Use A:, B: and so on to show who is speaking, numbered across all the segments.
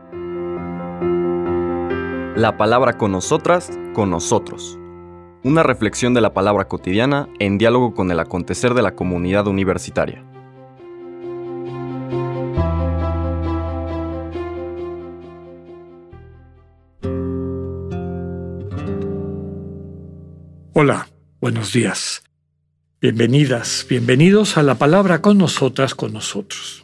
A: La palabra con nosotras, con nosotros. Una reflexión de la palabra cotidiana en diálogo con el acontecer de la comunidad universitaria.
B: Hola, buenos días. Bienvenidas, bienvenidos a la palabra con nosotras, con nosotros.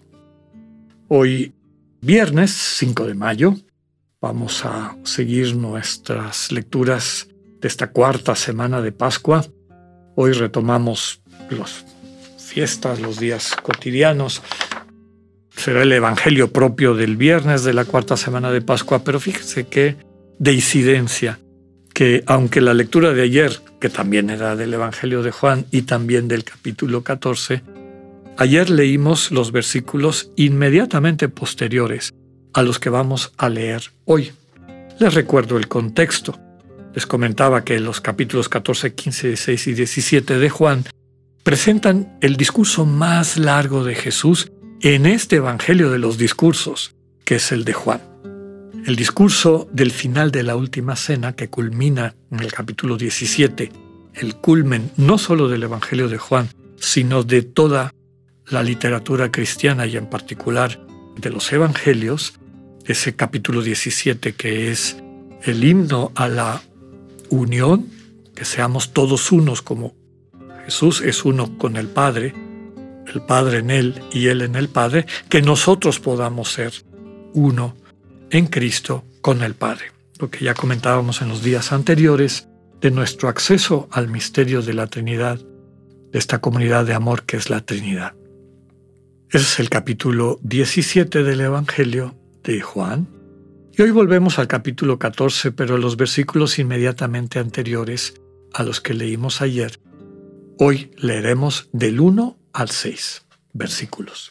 B: Hoy, viernes 5 de mayo, vamos a seguir nuestras lecturas de esta cuarta semana de Pascua. Hoy retomamos las fiestas, los días cotidianos. Será el evangelio propio del viernes de la cuarta semana de Pascua, pero fíjense qué deincidencia, que aunque la lectura de ayer, que también era del evangelio de Juan y también del capítulo 14, ayer leímos los versículos inmediatamente posteriores a los que vamos a leer hoy. Les recuerdo el contexto. Les comentaba que los capítulos 14, 15, 16 y 17 de Juan presentan el discurso más largo de Jesús en este evangelio de los discursos, que es el de Juan. El discurso del final de la última cena, que culmina en el capítulo 17, el culmen no solo del evangelio de Juan, sino de toda la literatura cristiana y en particular de los evangelios, ese capítulo 17 que es el himno a la unión, que seamos todos unos como Jesús es uno con el Padre en Él y Él en el Padre, que nosotros podamos ser uno en Cristo con el Padre. Lo que ya comentábamos en los días anteriores de nuestro acceso al misterio de la Trinidad, de esta comunidad de amor que es la Trinidad. Ese es el capítulo 17 del Evangelio de Juan. Y hoy volvemos al capítulo 14, pero los versículos inmediatamente anteriores a los que leímos ayer. Hoy leeremos del 1 al 6 versículos.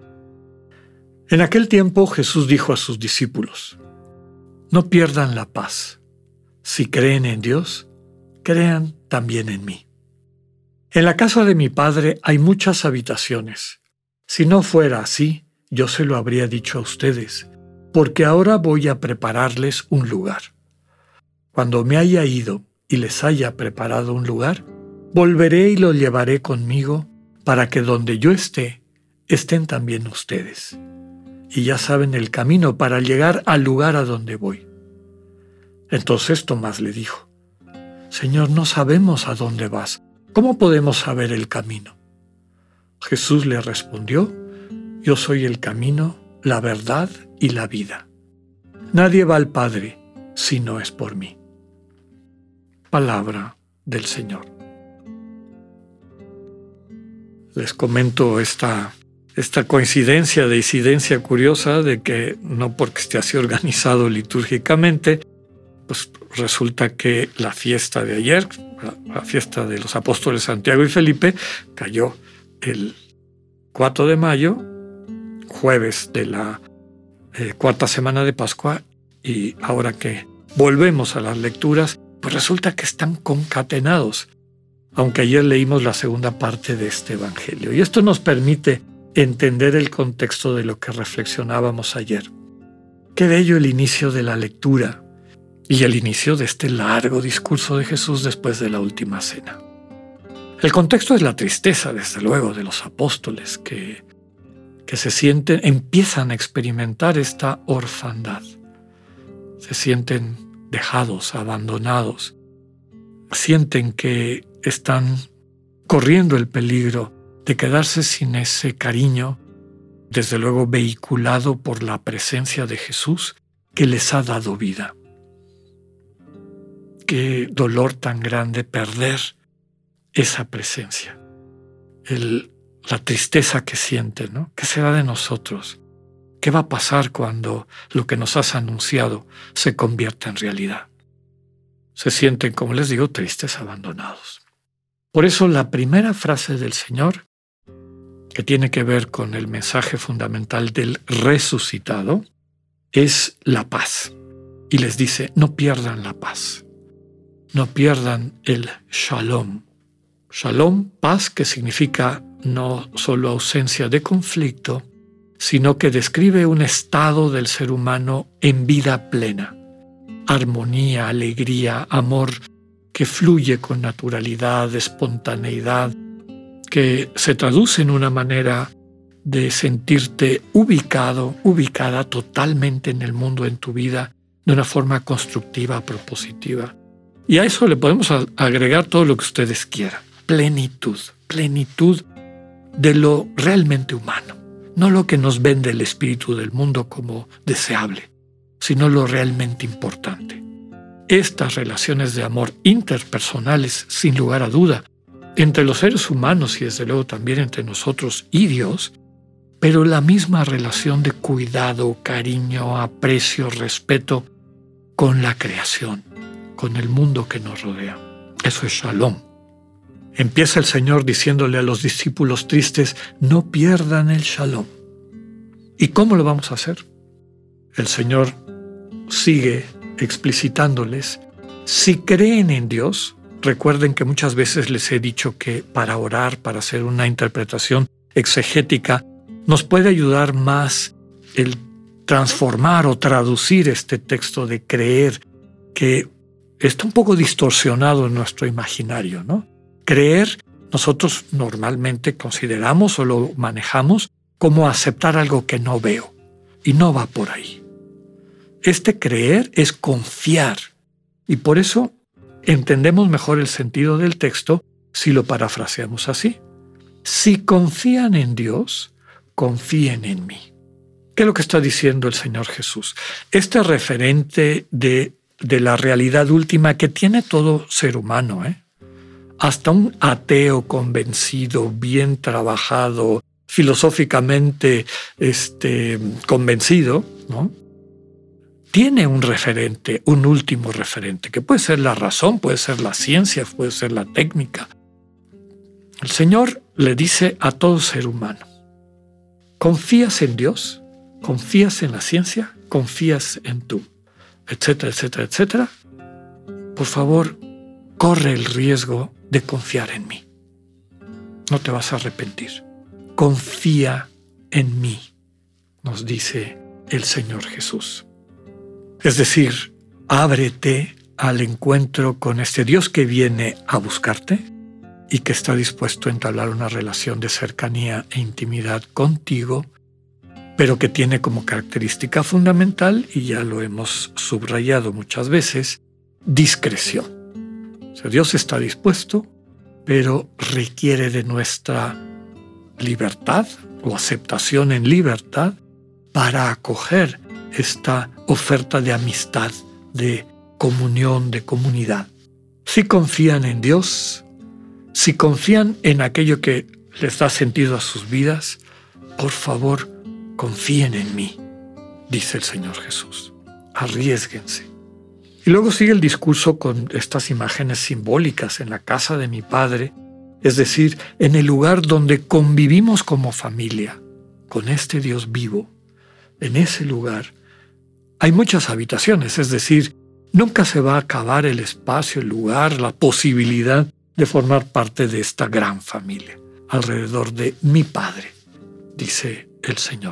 B: En aquel tiempo Jesús dijo a sus discípulos: no pierdan la paz. Si creen en Dios, crean también en mí. En la casa de mi Padre hay muchas habitaciones. Si no fuera así, yo se lo habría dicho a ustedes, porque ahora voy a prepararles un lugar. Cuando me haya ido y les haya preparado un lugar, volveré y lo llevaré conmigo para que donde yo esté, estén también ustedes. Y ya saben el camino para llegar al lugar a donde voy. Entonces Tomás le dijo: Señor, no sabemos a dónde vas. ¿Cómo podemos saber el camino? Jesús le respondió: yo soy el camino, la verdad y la vida. Nadie va al Padre si no es por mí. Palabra del Señor. Les comento esta coincidencia, deicidencia curiosa de que no porque esté así organizado litúrgicamente, pues resulta que la fiesta de ayer, la fiesta de los apóstoles Santiago y Felipe, cayó el 4 de mayo, jueves de la cuarta semana de Pascua, y ahora que volvemos a las lecturas, pues resulta que están concatenados, aunque ayer leímos la segunda parte de este evangelio. Y esto nos permite entender el contexto de lo que reflexionábamos ayer. Qué bello el inicio de la lectura y el inicio de este largo discurso de Jesús después de la última cena. El contexto es la tristeza, desde luego, de los apóstoles que se sienten, empiezan a experimentar esta orfandad. Se sienten dejados, abandonados. Sienten que están corriendo el peligro de quedarse sin ese cariño, desde luego vehiculado por la presencia de Jesús que les ha dado vida. Qué dolor tan grande perder esa presencia. La tristeza que sienten, ¿no? ¿Qué será de nosotros? ¿Qué va a pasar cuando lo que nos has anunciado se convierta en realidad? Se sienten, como les digo, tristes, abandonados. Por eso la primera frase del Señor, que tiene que ver con el mensaje fundamental del resucitado, es la paz. Y les dice: no pierdan la paz. No pierdan el shalom. Shalom, paz, que significa no solo ausencia de conflicto, sino que describe un estado del ser humano en vida plena. Armonía, alegría, amor que fluye con naturalidad, espontaneidad, que se traduce en una manera de sentirte ubicado, ubicada totalmente en el mundo, en tu vida, de una forma constructiva, propositiva. Y a eso le podemos agregar todo lo que ustedes quieran. Plenitud, plenitud de lo realmente humano. No lo que nos vende el espíritu del mundo como deseable, sino lo realmente importante. Estas relaciones de amor interpersonales, sin lugar a duda, entre los seres humanos y desde luego también entre nosotros y Dios, pero la misma relación de cuidado, cariño, aprecio, respeto con la creación, con el mundo que nos rodea. Eso es Shalom. Empieza el Señor diciéndole a los discípulos tristes, no pierdan el Shalom. ¿Y cómo lo vamos a hacer? El Señor sigue explicitándoles, si creen en Dios, recuerden que muchas veces les he dicho que para orar, para hacer una interpretación exegética, nos puede ayudar más el transformar o traducir este texto de creer, que está un poco distorsionado en nuestro imaginario, ¿no? Creer, nosotros normalmente consideramos o lo manejamos como aceptar algo que no veo, y no va por ahí. Este creer es confiar, y por eso entendemos mejor el sentido del texto si lo parafraseamos así. Si confían en Dios, confíen en mí. ¿Qué es lo que está diciendo el Señor Jesús? Este referente de la realidad última que tiene todo ser humano, hasta un ateo convencido, bien trabajado, filosóficamente convencido, ¿no? Tiene un referente, un último referente, que puede ser la razón, puede ser la ciencia, puede ser la técnica. El Señor le dice a todo ser humano, ¿confías en Dios? ¿Confías en la ciencia? ¿Confías en tú? Etcétera, etcétera, etcétera. Por favor, corre el riesgo de confiar en mí. No te vas a arrepentir. Confía en mí, nos dice el Señor Jesús. Es decir, ábrete al encuentro con este Dios que viene a buscarte y que está dispuesto a entablar una relación de cercanía e intimidad contigo, pero que tiene como característica fundamental, y ya lo hemos subrayado muchas veces, discreción. O sea, Dios está dispuesto, pero requiere de nuestra libertad o aceptación en libertad para acoger esta oferta de amistad, de comunión, de comunidad. Si confían en Dios, si confían en aquello que les da sentido a sus vidas, por favor, confíen en mí, dice el Señor Jesús. Arriésguense. Y luego sigue el discurso con estas imágenes simbólicas en la casa de mi Padre, es decir, en el lugar donde convivimos como familia, con este Dios vivo. En ese lugar hay muchas habitaciones, es decir, nunca se va a acabar el espacio, el lugar, la posibilidad de formar parte de esta gran familia, alrededor de mi Padre, dice el Señor.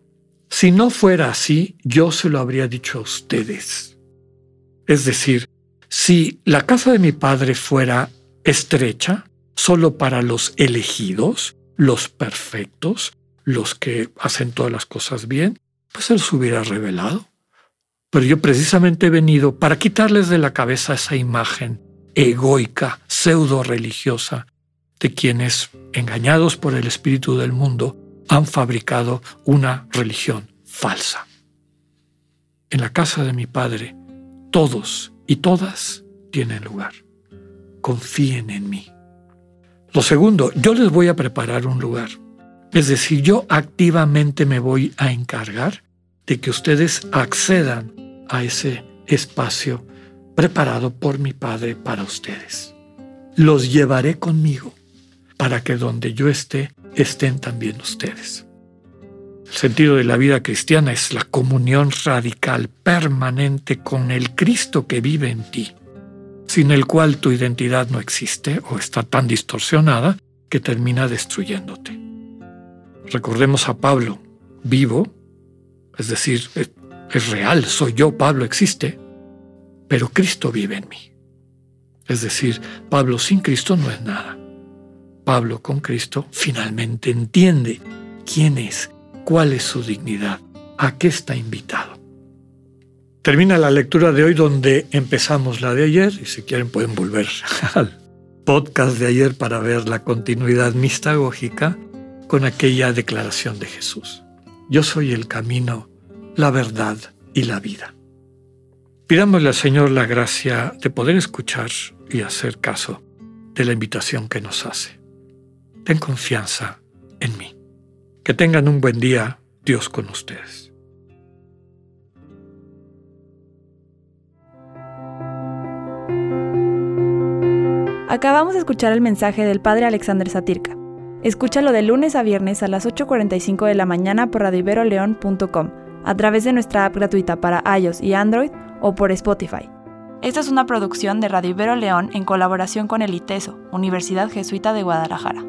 B: Si no fuera así, yo se lo habría dicho a ustedes. Es decir, si la casa de mi Padre fuera estrecha, solo para los elegidos, los perfectos, los que hacen todas las cosas bien, pues Él se hubiera revelado. Pero yo precisamente he venido para quitarles de la cabeza esa imagen egoica, pseudo-religiosa, de quienes, engañados por el espíritu del mundo, han fabricado una religión falsa. En la casa de mi Padre, todos y todas tienen lugar. Confíen en mí. Lo segundo, yo les voy a preparar un lugar. Es decir, yo activamente me voy a encargar de que ustedes accedan a ese espacio preparado por mi Padre para ustedes. Los llevaré conmigo para que donde yo esté, estén también ustedes. El sentido de la vida cristiana es la comunión radical, permanente con el Cristo que vive en ti, sin el cual tu identidad no existe o está tan distorsionada que termina destruyéndote. Recordemos a Pablo, vivo, es decir, es real, soy yo, Pablo existe, pero Cristo vive en mí. Es decir, Pablo sin Cristo no es nada. Pablo con Cristo finalmente entiende quién es, cuál es su dignidad, a qué está invitado. Termina la lectura de hoy donde empezamos la de ayer, y si quieren pueden volver al podcast de ayer para ver la continuidad mistagógica con aquella declaración de Jesús. Yo soy el camino, la verdad y la vida. Pidámosle al Señor la gracia de poder escuchar y hacer caso de la invitación que nos hace. Ten confianza en mí. Que tengan un buen día, Dios con ustedes.
C: Acabamos de escuchar el mensaje del Padre Alexander Satirka. Escúchalo de lunes a viernes a las 8:45 de la mañana por radioiberoleon.com, a través de nuestra app gratuita para iOS y Android o por Spotify. Esta es una producción de Radio Ibero León en colaboración con el ITESO, Universidad Jesuita de Guadalajara.